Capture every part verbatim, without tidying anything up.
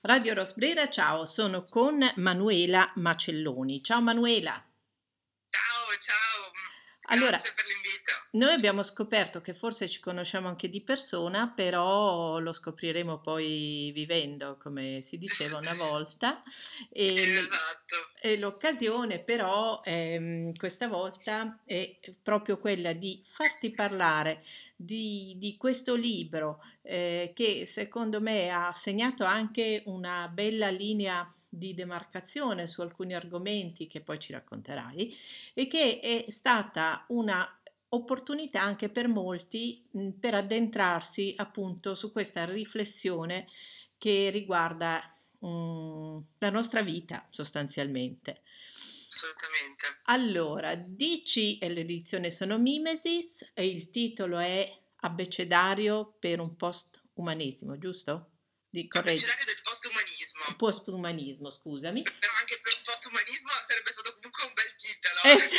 Radio Rosbrera, ciao, sono con Manuela Macelloni. Ciao Manuela. Ciao, ciao, mh, Allora, grazie per l'invito. noi abbiamo scoperto che forse ci conosciamo anche di persona, però lo scopriremo poi vivendo, come si diceva una volta. E, l- Esatto. e l'occasione però ehm, questa volta è proprio quella di farti parlare di, di questo libro eh, che secondo me ha segnato anche una bella linea di demarcazione su alcuni argomenti che poi ci racconterai e che è stata una opportunità anche per molti mh, per addentrarsi appunto su questa riflessione che riguarda mh, la nostra vita sostanzialmente. Assolutamente. Allora, dici, e l'edizione sono Mimesis e il titolo è Abbecedario per un post-umanesimo, giusto? Di correggi. Abbecedario del postumanismo. Post-umanismo, scusami. Però anche per un postumanismo sarebbe stato comunque un bel titolo. Es-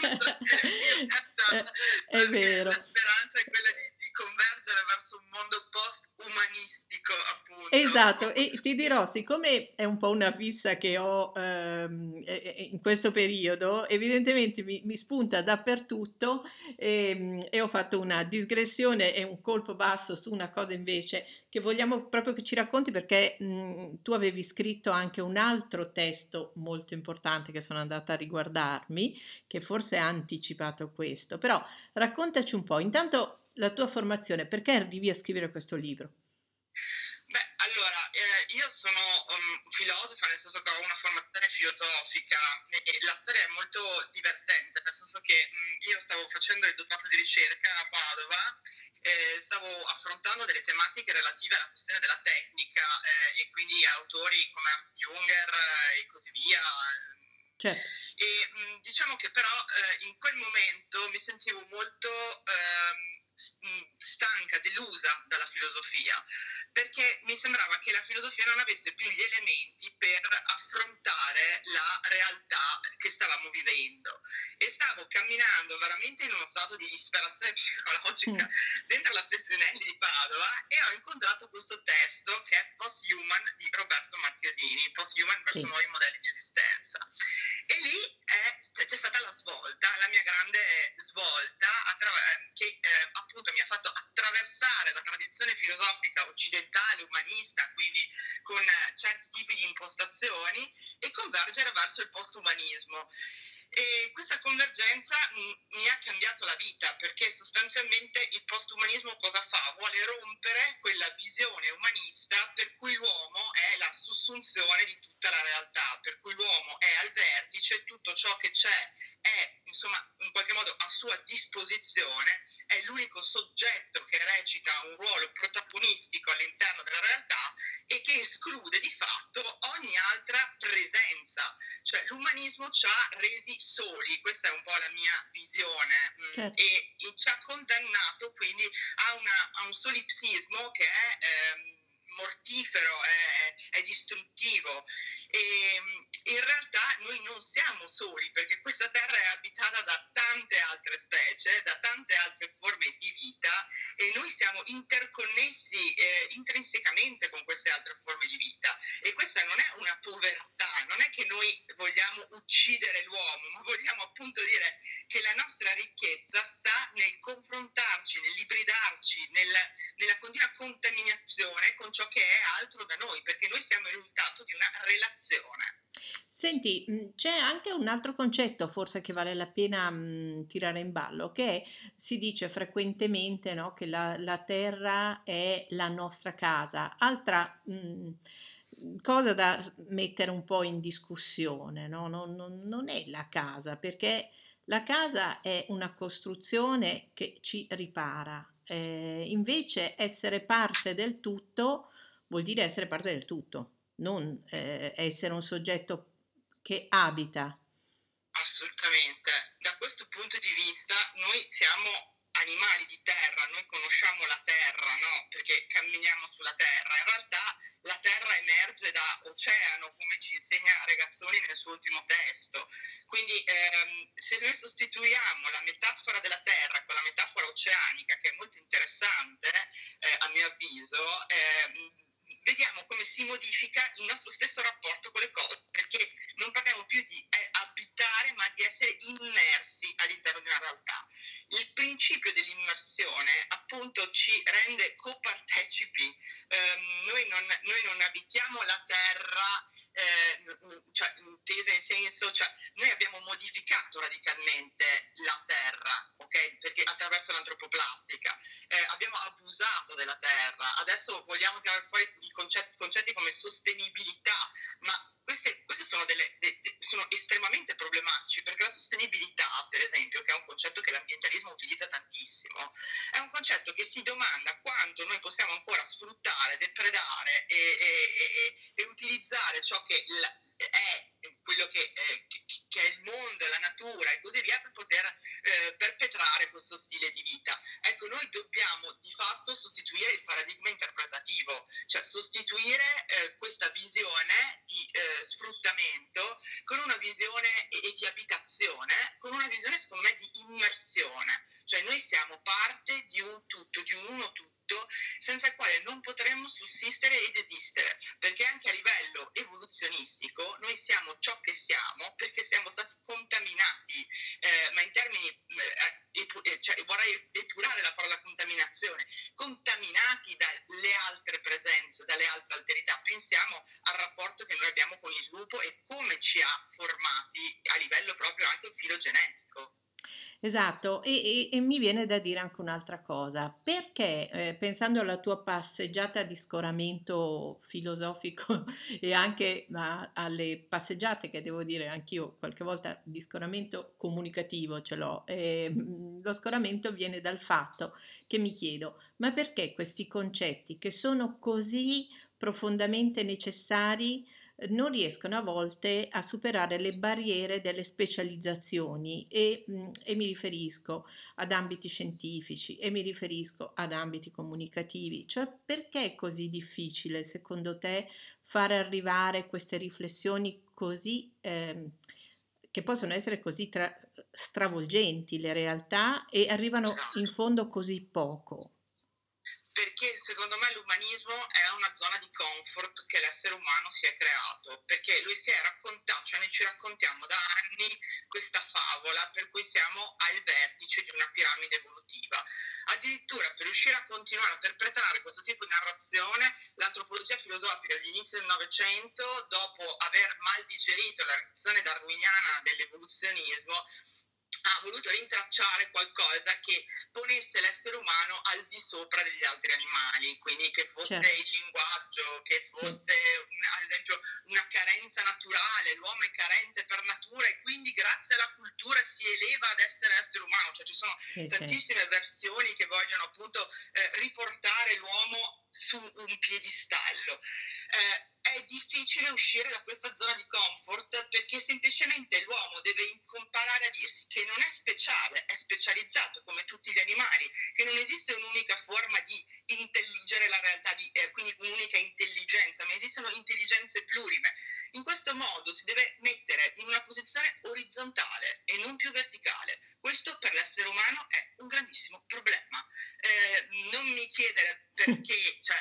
In realtà, è, è perché vero. la speranza è quella di, di convergere verso un mondo post-umanistico, Esatto, appunto. e ti dirò, siccome è un po' una fissa che ho ehm, e- e- in questo periodo, evidentemente mi, mi spunta dappertutto ehm, e, ho fatto una digressione e un colpo basso su una cosa invece che vogliamo proprio che ci racconti perché mh, tu avevi scritto anche un altro testo molto importante che sono andata a riguardarmi, che forse ha anticipato questo, però raccontaci un po', intanto la tua formazione, perché arrivi a scrivere questo libro? Beh, allora, eh, io sono um, filosofa, nel senso che ho una formazione filosofica e, e la storia è molto divertente, nel senso che mh, io stavo facendo il dottorato di ricerca a Padova, eh, stavo affrontando delle tematiche relative alla questione della tecnica eh, e quindi autori come Ernst Junger eh, e così via. Certo. E mh, diciamo che però eh, in quel momento mi sentivo molto ehm, s- mh, stanca, delusa dalla filosofia, perché mi sembrava che la filosofia non avesse più gli elementi per affrontare la realtà che stavamo vivendo. E stavo camminando veramente in uno stato di disperazione psicologica Mm. dentro la Feltrinelli di Padova e ho incontrato questo testo che è Post-Human di Roberto Marchesini, Post-Human verso Sì. nuovi modelli di esistenza. E lì è, cioè, c'è stata la svolta, la mia grande svolta, attraver- che eh, appunto mi ha fatto attraversare la tradizione filosofica occidentale, umanista, quindi con eh, certi tipi di impostazioni, e convergere verso il postumanismo. E questa convergenza mh, mi ha cambiato la vita, perché sostanzialmente il postumanismo cosa fa? Vuole rompere quella visione umanista per cui l'uomo è la sussunzione di tutta la realtà, per cui l'uomo è al vertice, tutto ciò che c'è è insomma in qualche modo a sua disposizione, è l'unico soggetto che recita un ruolo protagonistico all'interno della realtà e che esclude di fatto ogni altra presenza. Cioè l'umanismo ci ha resi soli, questa è un po' la mia visione, mh, Certo. e, e ci ha condannato quindi a, una, a un solipsismo che è ehm, mortifero, è, è distruttivo. E in realtà noi non siamo soli, perché questa terra è abitata da tante altre specie, da tante altre forme di vita, e noi siamo interconnessi eh, intrinsecamente con queste altre forme di vita. E questa non è una povertà, non è che noi vogliamo uccidere l'uomo, ma vogliamo appunto dire che la nostra ricchezza sta nel confrontarci, nell'ibridarci, nel, nella continua contaminazione con ciò che è altro da noi, perché noi siamo il risultato di una relazione. Senti, mh, c'è anche un altro concetto forse che vale la pena mh, tirare in ballo, che si dice frequentemente, no, che la, la terra è la nostra casa. Altra mh, cosa da s- mettere un po' in discussione, no? Non, non- non è la casa, perché la casa è una costruzione che ci ripara. Eh, invece essere parte del tutto vuol dire essere parte del tutto, non eh, essere un soggetto che abita. Assolutamente. Da questo punto di vista noi siamo animali di terra, noi conosciamo la terra, no? Perché camminiamo sulla terra. In realtà la terra emerge da oceano, come ci insegna Regazzoni nel suo ultimo testo. Quindi ehm, se noi sostituiamo la metafora della terra con la metafora oceanica, che è molto interessante, eh, a mio avviso, ehm, vediamo come si modifica il nostro stesso rapporto con le cose, perché non parliamo più di eh, abitare, ma di essere immersi all'interno di una realtà. Il principio dell'immersione appunto ci rende copartecipi. Um, noi, non, noi non abitiamo la terra, eh, cioè, intesa in senso, cioè, noi abbiamo modificato radicalmente la terra, ok? Perché attraverso l'antropoplastica eh, abbiamo abusato della terra. Adesso vogliamo tirare fuori i concetti, concetti come sostenibilità, ma queste, queste sono, delle, de, de, sono estremamente problematici, perché la sostenibilità, per esempio, che è un concetto che l'ambientalismo utilizza tantissimo, è un concetto che si domanda quanto noi possiamo ancora sfruttare, depredare e, e, e, e utilizzare ciò che la, è quello che, eh, che è il mondo, la natura e così via, per poter eh, perpetrare questo stile di vita. Ecco, noi dobbiamo di fatto sostituire il paradigma interpretativo, cioè sostituire eh, questa visione di eh, sfruttamento con una visione e, e di abitazione, con una visione secondo me di immersione, cioè noi siamo parte di un tutto, di un uno tutto, senza il quale non potremmo sussistere ed esistere, perché anche a livello evoluzionistico noi siamo ciò che siamo perché siamo stati contaminati, eh, ma in termini, eh, epu- eh, cioè, vorrei epurare la parola contaminazione, contaminati dalle altre presenze, dalle altre alterità. Pensiamo al rapporto che noi abbiamo con il lupo e come ci ha formati a livello proprio anche filogenetico. Esatto, e, e- e mi viene da dire anche un'altra cosa, perché eh, pensando alla tua passeggiata di scoramento filosofico e anche a- alle passeggiate che devo dire anch'io qualche volta di scoramento comunicativo ce l'ho, e, mm, lo scoramento viene dal fatto che mi chiedo, ma perché questi concetti che sono così profondamente necessari non riescono a volte a superare le barriere delle specializzazioni e, mh, e mi riferisco ad ambiti scientifici e mi riferisco ad ambiti comunicativi. Cioè, perché è così difficile, secondo te, fare arrivare queste riflessioni così ehm, che possono essere così tra- stravolgenti le realtà e arrivano in Esatto. fondo così poco? Perché secondo me l'umanismo è una zona di comfort che l'essere umano si è creato, perché lui si è raccontato, cioè noi ci raccontiamo da anni questa favola per cui siamo al vertice di una piramide evolutiva. Addirittura per riuscire a continuare a perpetrare questo tipo di narrazione, l'antropologia filosofica agli inizi del Novecento, dopo aver mal digerito la reazione darwiniana dell'evoluzionismo, ha voluto rintracciare qualcosa che ponesse l'essere umano al di sopra degli altri animali, quindi che fosse Certo, il linguaggio, che sì, fosse un, ad esempio una carenza naturale, l'uomo è carente per natura e quindi grazie alla cultura si eleva ad essere essere umano, cioè ci sono sì, sì. tantissime versioni che vogliono appunto eh, riportare l'uomo su un piedistallo. Eh, è difficile uscire da questa zona di comfort perché semplicemente l'uomo deve imparare a dirsi che non è speciale, è specializzato come tutti gli animali, che non esiste un'unica forma di intelligere la realtà, di, eh, quindi un'unica intelligenza, ma esistono intelligenze plurime. In questo modo si deve mettere in una posizione orizzontale e non più verticale. Questo per l'essere umano è un grandissimo problema. Eh, non mi chiedere perché, cioè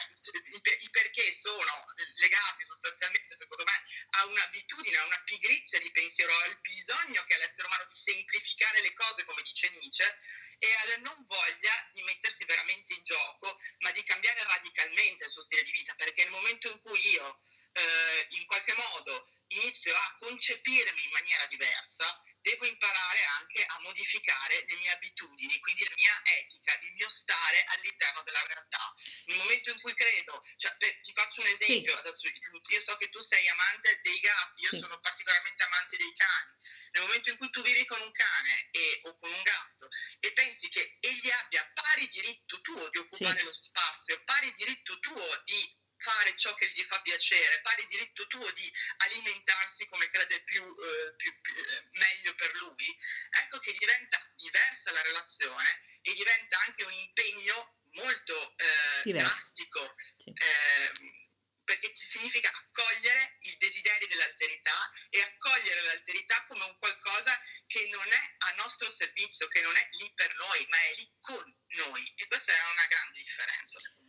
i perché sono legati sostanzialmente, secondo me, a un'abitudine, a una pigrizia di pensiero, al bisogno che ha l'essere umano di semplificare le cose, come dice Nietzsche, e alla non voglia di mettersi veramente in gioco, ma di cambiare radicalmente il suo stile di vita, perché nel momento in cui io eh, in qualche modo inizio a concepirmi in maniera diversa, devo imparare anche a modificare le mie abitudini, quindi la mia etica, il mio stare all'interno della realtà. Nel momento in cui credo, cioè, per, ti faccio un esempio, Sì, adesso io so che tu sei amante dei gatti, io sì, sono particolarmente amante dei cani. Nel momento in cui tu vivi con un cane e, o con un gatto e pensi che egli abbia pari diritto tuo di occupare sì, lo spazio, pari diritto tuo di fare ciò che gli fa piacere, pari diritto tuo di alimentarsi come crede più, eh, più, più eh, meglio per lui, ecco che diventa diversa la relazione e diventa anche un impegno molto eh, diverso. drastico, Sì. eh, perché significa accogliere i desideri dell'alterità e accogliere l'alterità come un qualcosa che non è a nostro servizio, che non è lì per noi, ma è lì con noi. E questa è una grande differenza, secondo me. Sì,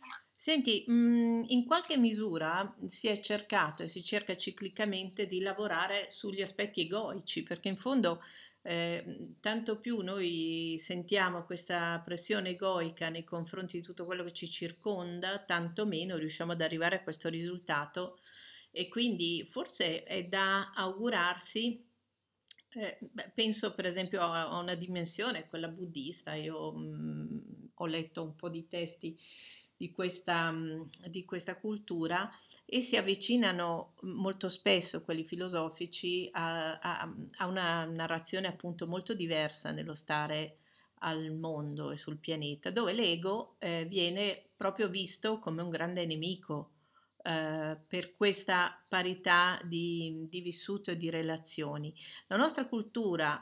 Senti, mhmm, in qualche misura si è cercato e si cerca ciclicamente di lavorare sugli aspetti egoici, perché in fondo, ehm, tanto più noi sentiamo questa pressione egoica nei confronti di tutto quello che ci circonda, tanto meno riusciamo ad arrivare a questo risultato e quindi forse è da augurarsi. Eh, beh, penso per esempio a, a una dimensione, quella buddista. Io mh, ho letto un po' di testi di questa, mh, di questa cultura e si avvicinano molto spesso quelli filosofici a, a- a una narrazione appunto molto diversa nello stare al mondo e sul pianeta, dove l'ego eh, viene proprio visto come un grande nemico eh, per questa parità di, di vissuto e di relazioni. La nostra cultura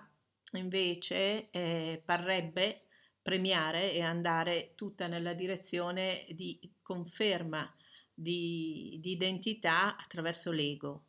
invece eh, parrebbe premiare e andare tutta nella direzione di conferma di, di identità attraverso l'ego.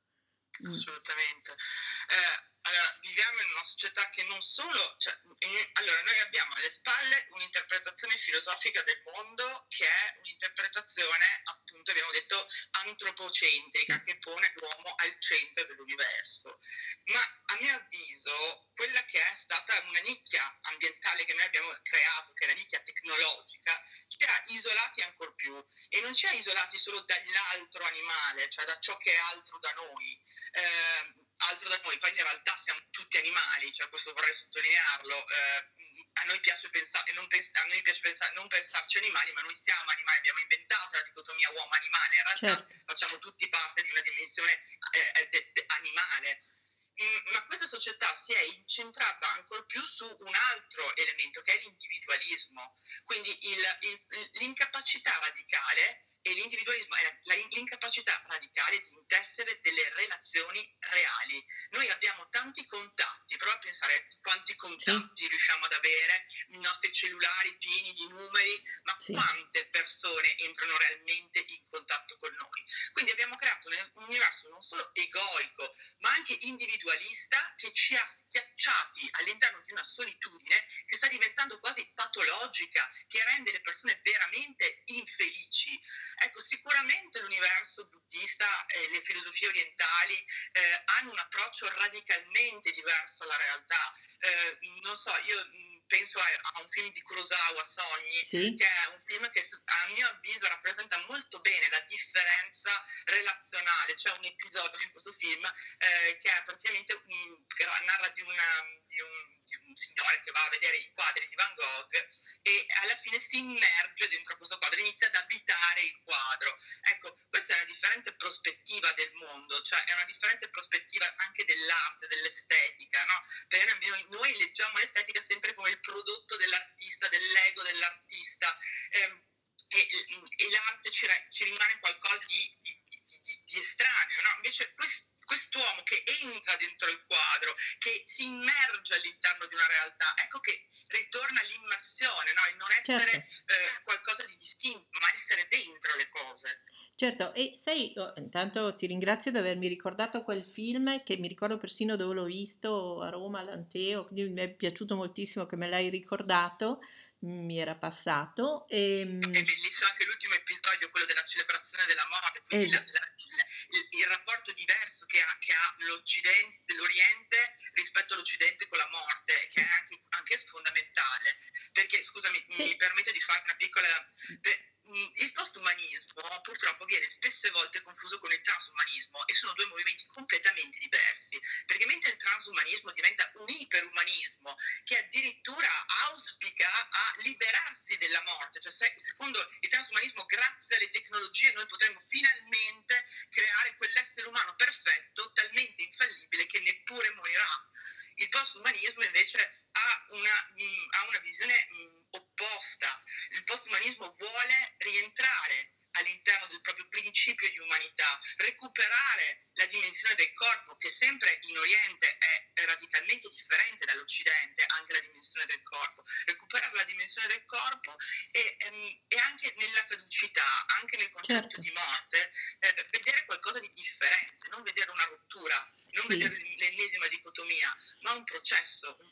Mm, Assolutamente. Eh, allora, viviamo in una società che non solo, cioè, eh, allora noi abbiamo alle spalle un'interpretazione filosofica del mondo che è un'interpretazione, appunto, abbiamo detto, antropocentrica, sì, che pone l'uomo al centro dell'universo. Ma a mio avviso, quella che è stata una nicchia ambientale che noi abbiamo creato, che è la nicchia tecnologica, ci ha isolati ancor più e non ci ha isolati solo dall'altro animale, cioè da ciò che è altro da noi, eh, altro da noi, poi in realtà siamo tutti animali, cioè questo vorrei sottolinearlo. Eh, a noi piace pensare, non pens- a noi piace pensare, non pensarci animali, ma noi siamo animali, abbiamo inventato la dicotomia uomo-animale, in realtà certo, facciamo tutti parte di una dimensione eh, de- de- animale. Mm, ma questa società si è incentrata ancora più su un altro elemento che è l'individualismo, quindi il, il, l'incapacità radicale e l'individualismo è la, l'incapacità radicale di intessere delle relazioni reali. Noi abbiamo tanti contatti, prova a pensare quanti sì, contatti riusciamo ad avere, i nostri cellulari pieni di numeri, ma sì, quante persone entrano realmente in contatto con noi. Quindi abbiamo creato un universo non solo egoico, ma anche individualista che ci ha schiacciati all'interno di una solitudine che sta diventando quasi patologica, che rende le persone veramente infelici. Ecco, sicuramente l'universo buddista e le filosofie orientali eh, hanno un approccio radicalmente diverso alla realtà. Eh, non so, io penso a, a un film di Kurosawa, Sogni, che sì, è un film che a mio avviso rappresenta molto bene la differenza relazionale. C'è un episodio in questo film eh, che è praticamente un, che narra di, una, di, un, di un signore che va a vedere i quadri di Van Gogh e alla fine si immerge dentro questo quadro, inizia ad abitare il quadro. Ecco, questa è una differente prospettiva del mondo, cioè è una differente prospettiva anche dell'arte, dell'estetica, no? Perché noi, noi leggiamo l'estetica sempre come il prodotto dell'artista, dell'ego dell'artista, ehm, e, e l'arte ci, ci rimane qualcosa di, di, di, di estraneo, no? Invece quest, quest'uomo che entra dentro il quadro, che si immerge all'interno di una realtà, ecco che ritorna all'immersione, no? Il non essere certo. eh, qualcosa di distinto, ma essere dentro le cose. Certo, e sai, oh, intanto ti ringrazio di avermi ricordato quel film che mi ricordo persino dove l'ho visto a Roma, all'Anteo, quindi mi è piaciuto moltissimo che me l'hai ricordato, mi era passato. E, È bellissimo anche l'ultimo episodio, quello della celebrazione della morte, quindi la, es- la, il, il rapporto diverso che ha, che ha l'Occidente, l'Oriente rispetto all'Occidente con la morte, che è sì, anche, anche fondamentale. Perché, scusami, mi sì, permetto di fare una piccola... Per, il postumanismo purtroppo viene spesse volte confuso con il transumanismo e sono due movimenti completamente diversi, perché mentre il transumanismo diventa un iperumanismo che addirittura auspica a liberarsi della morte, cioè se, secondo il transumanismo grazie alle tecnologie noi potremo finalmente creare quell'essere umano perfetto, talmente infallibile che neppure morirà. Il postumanismo invece ha una, mh, ha una visione mh, opposta. Il postumanismo vuole rientrare all'interno del proprio principio di umanità, recuperare la dimensione del corpo, che sempre in Oriente è, è radicalmente differente dall'Occidente, anche la dimensione del corpo, recuperare la dimensione del corpo e, ehm, e anche nella caducità, anche nel concetto certo, di morte, eh, vedere qualcosa di differente, non vedere una rottura, non vedere sì. l'ennesima dicotomia, ma un processo, un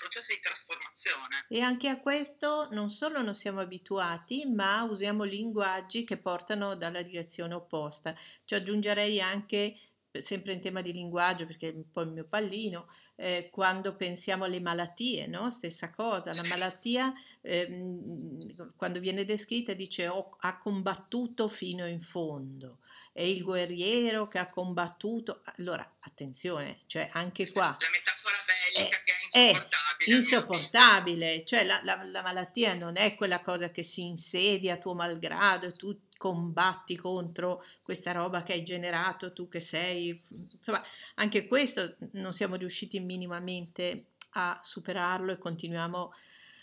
processo di trasformazione. E anche a questo non solo non siamo abituati, ma usiamo linguaggi che portano dalla direzione opposta. Ci aggiungerei anche, sempre in tema di linguaggio, perché è un po' il mio pallino, eh, quando pensiamo alle malattie, no? Stessa cosa, la Sì, malattia, ehm, quando viene descritta, dice "Ho- ha combattuto fino in fondo, è il guerriero che ha combattuto". Allora, attenzione, cioè anche qua la metafora è, bellica che è è insopportabile a mio avviso. insopportabile, cioè la, la- la malattia non è quella cosa che si insedia a tuo malgrado e tu combatti contro questa roba che hai generato, tu che sei, insomma, anche questo non siamo riusciti minimamente a superarlo e continuiamo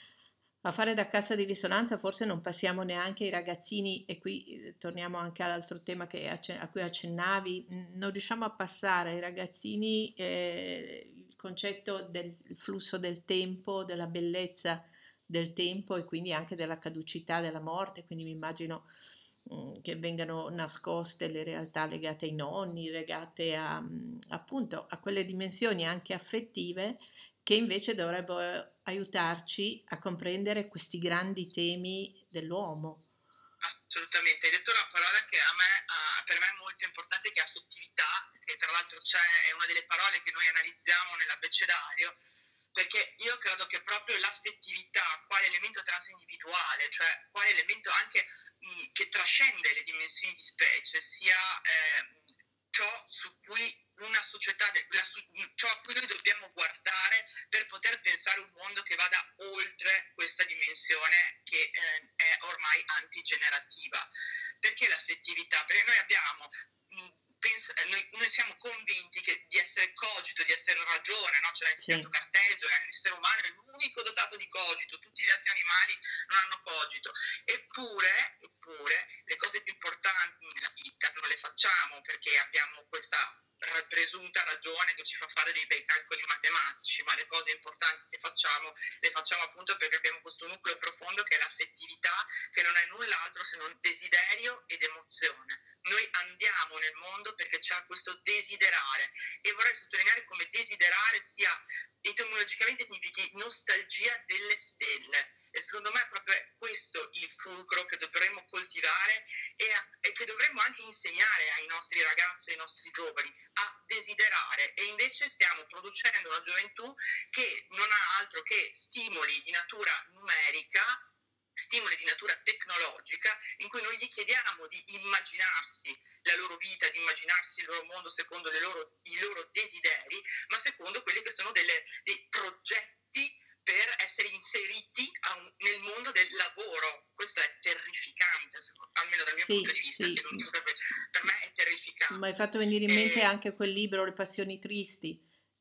a fare da cassa di risonanza, forse non passiamo neanche ai ragazzini, e qui eh, torniamo anche all'altro tema che acce- a cui accennavi, mh, non riusciamo a passare ai ragazzini eh, il concetto del flusso del tempo, della bellezza del tempo e quindi anche della caducità della morte, quindi mi immagino mh, che vengano nascoste le realtà legate ai nonni, legate a, mh, appunto a quelle dimensioni anche affettive che invece dovrebbero aiutarci a comprendere questi grandi temi dell'uomo. Assolutamente, hai detto una parola che a me, ah, per me è molto importante, che è affettività, che tra l'altro c'è, è una delle parole che noi analizziamo nell'abbecedario, perché io credo che proprio l'affettività, quale elemento transindividuale, cioè quale elemento anche mh, che trascende le dimensioni di specie, sia eh, ciò su cui una società, de- la, ciò a cui noi dobbiamo guardare per poter pensare un mondo che vada oltre questa dimensione che eh, è ormai antigenerativa. Perché l'affettività? Perché noi abbiamo, mh, pens- noi, noi siamo convinti che, di essere cogito, di essere ragione, no? Ce l'ha insegnato Sì, Cartesio, l'essere umano è l'unico dotato di cogito, tutti gli altri animali non hanno cogito. Eppure, eppure, le cose più importanti nella vita non le facciamo perché abbiamo questa presunta ragione che ci fa fare dei bei calcoli matematici, ma le cose importanti che facciamo le facciamo appunto perché abbiamo questo nucleo profondo che è l'affettività, che non è null'altro se non desiderio ed emozione. Noi andiamo nel mondo perché c'è questo desiderare, e vorrei sottolineare come desiderare sia, etimologicamente significhi nostalgia delle stelle, e secondo me è proprio questo il fulcro che dovremmo coltivare e, a, e che dovremmo anche insegnare ai nostri ragazzi, ai nostri giovani a desiderare, e invece stiamo producendo una gioventù che non ha altro che stimoli di natura numerica, stimoli di natura tecnologica, in cui noi gli chiediamo di immaginarsi la loro vita, di immaginarsi il loro mondo secondo le loro, i loro desideri, ma secondo quelli che sono delle, dei progetti per essere inseriti un, nel mondo del lavoro. Questo è terrificante, almeno dal mio punto sì, di vista, che sì. non, per, per me è Mi hai terrificante. fatto venire in mente E, anche quel libro, Le passioni tristi,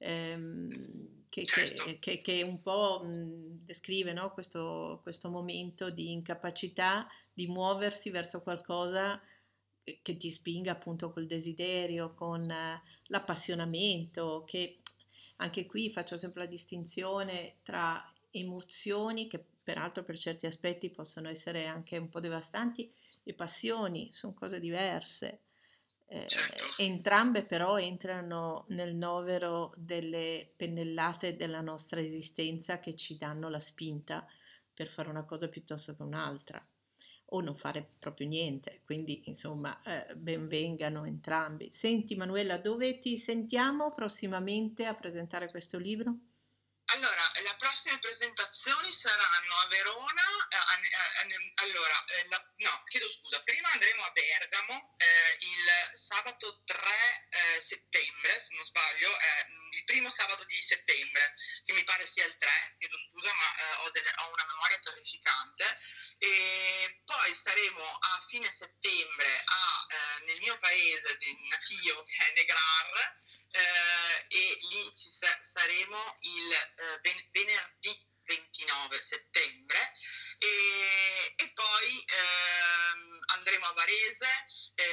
ehm, che, certo, che- che- che un po' mh, descrive, no, questo, questo momento di incapacità di muoversi verso qualcosa che che ti spinga appunto col desiderio, con eh, l'appassionamento, che anche qui faccio sempre la distinzione tra emozioni, che peraltro per certi aspetti possono essere anche un po' devastanti, e passioni, sono cose diverse. certo. Eh, entrambe però entrano nel novero delle pennellate della nostra esistenza che ci danno la spinta per fare una cosa piuttosto che un'altra o non fare proprio niente. Quindi, insomma, eh, ben vengano entrambi. Senti, Manuela, dove ti sentiamo prossimamente a presentare questo libro? Allora, le prossime presentazioni saranno a Verona, eh, a- a- a- allora, eh, la- no, chiedo scusa, prima andremo a Bergamo eh, il sabato tre eh, settembre, se non sbaglio, è mm, il primo sabato di settembre, che mi pare sia il tre, chiedo scusa, ma eh, ho, delle- ho una memoria terrificante. E poi saremo a fine settembre a, eh, nel mio paese di natio, che è Negrar, eh, e lì ci sa- saremo il eh, ven- venerdì ventinove settembre, e, e poi ehm, andremo a Varese, eh, ritorneremo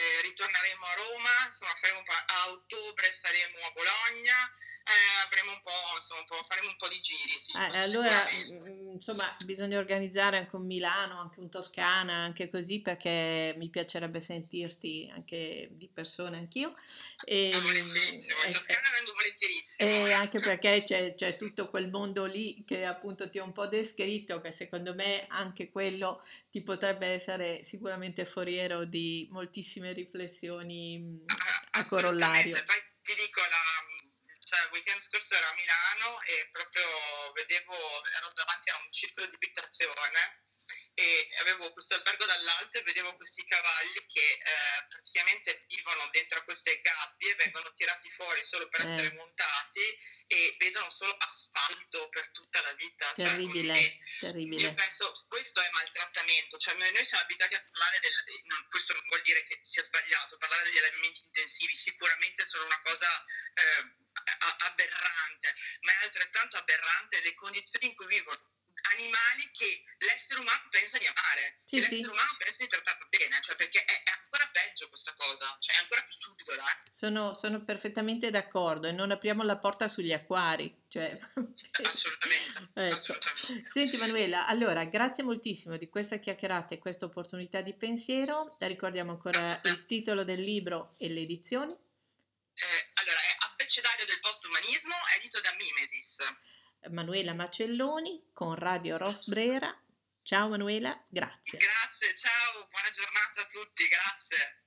torneremo a Roma, insomma faremo un po', a ottobre saremo a Bologna, eh, avremo un po', insomma, un po', faremo un po' di giri, sì, Eh, questo allora, sicuramente. mm, insomma, bisogna organizzare anche un Milano, anche un Toscana, anche così, perché mi piacerebbe sentirti anche di persona anch'io. E, Ah, mm, volentierissimo, in e- Toscana vengo volentierissimo. e anche perché c'è, c'è tutto quel mondo lì che appunto ti ho un po' descritto, che secondo me anche quello ti potrebbe essere sicuramente foriero di moltissime riflessioni mm, Ah, a assolutamente, corollario. poi ti dico, la, cioè, il weekend scorso ero a Milano e proprio vedevo, ero davanti a un circolo di equitazione e avevo questo albergo dall'alto e vedevo questi cavalli che eh, praticamente vivono dentro a queste gabbie, vengono tirati fuori solo per essere Eh, montati e vedono solo asfalto per tutta la vita, cioè, mm, terribile, e io terribile. penso questo è maltrattamento, cioè noi noi siamo abituati a parlare del, non, questo non vuol dire che sia sbagliato, parlare degli allevamenti intensivi sicuramente sono una cosa eh, a- aberrante, ma è altrettanto aberrante le condizioni in cui vivono animali che l'essere umano pensa di amare, Sì, che l'essere sì. umano pensa di trattare bene, cioè perché è, è ancora peggio questa cosa, cioè è ancora più subdola, eh. Sono, sono perfettamente d'accordo e non apriamo la porta sugli acquari, cioè, Assolutamente, ecco. assolutamente. Senti Manuela, allora grazie moltissimo di questa chiacchierata e questa opportunità di pensiero. Ricordiamo Grazie a ancora te. il titolo del libro e le edizioni. Eh, allora, è Abbecedario del postumanismo, edito da Mimesis. Manuela Macelloni con Radio Ros Brera. Ciao Manuela, grazie. Grazie, ciao, buona giornata a tutti, grazie.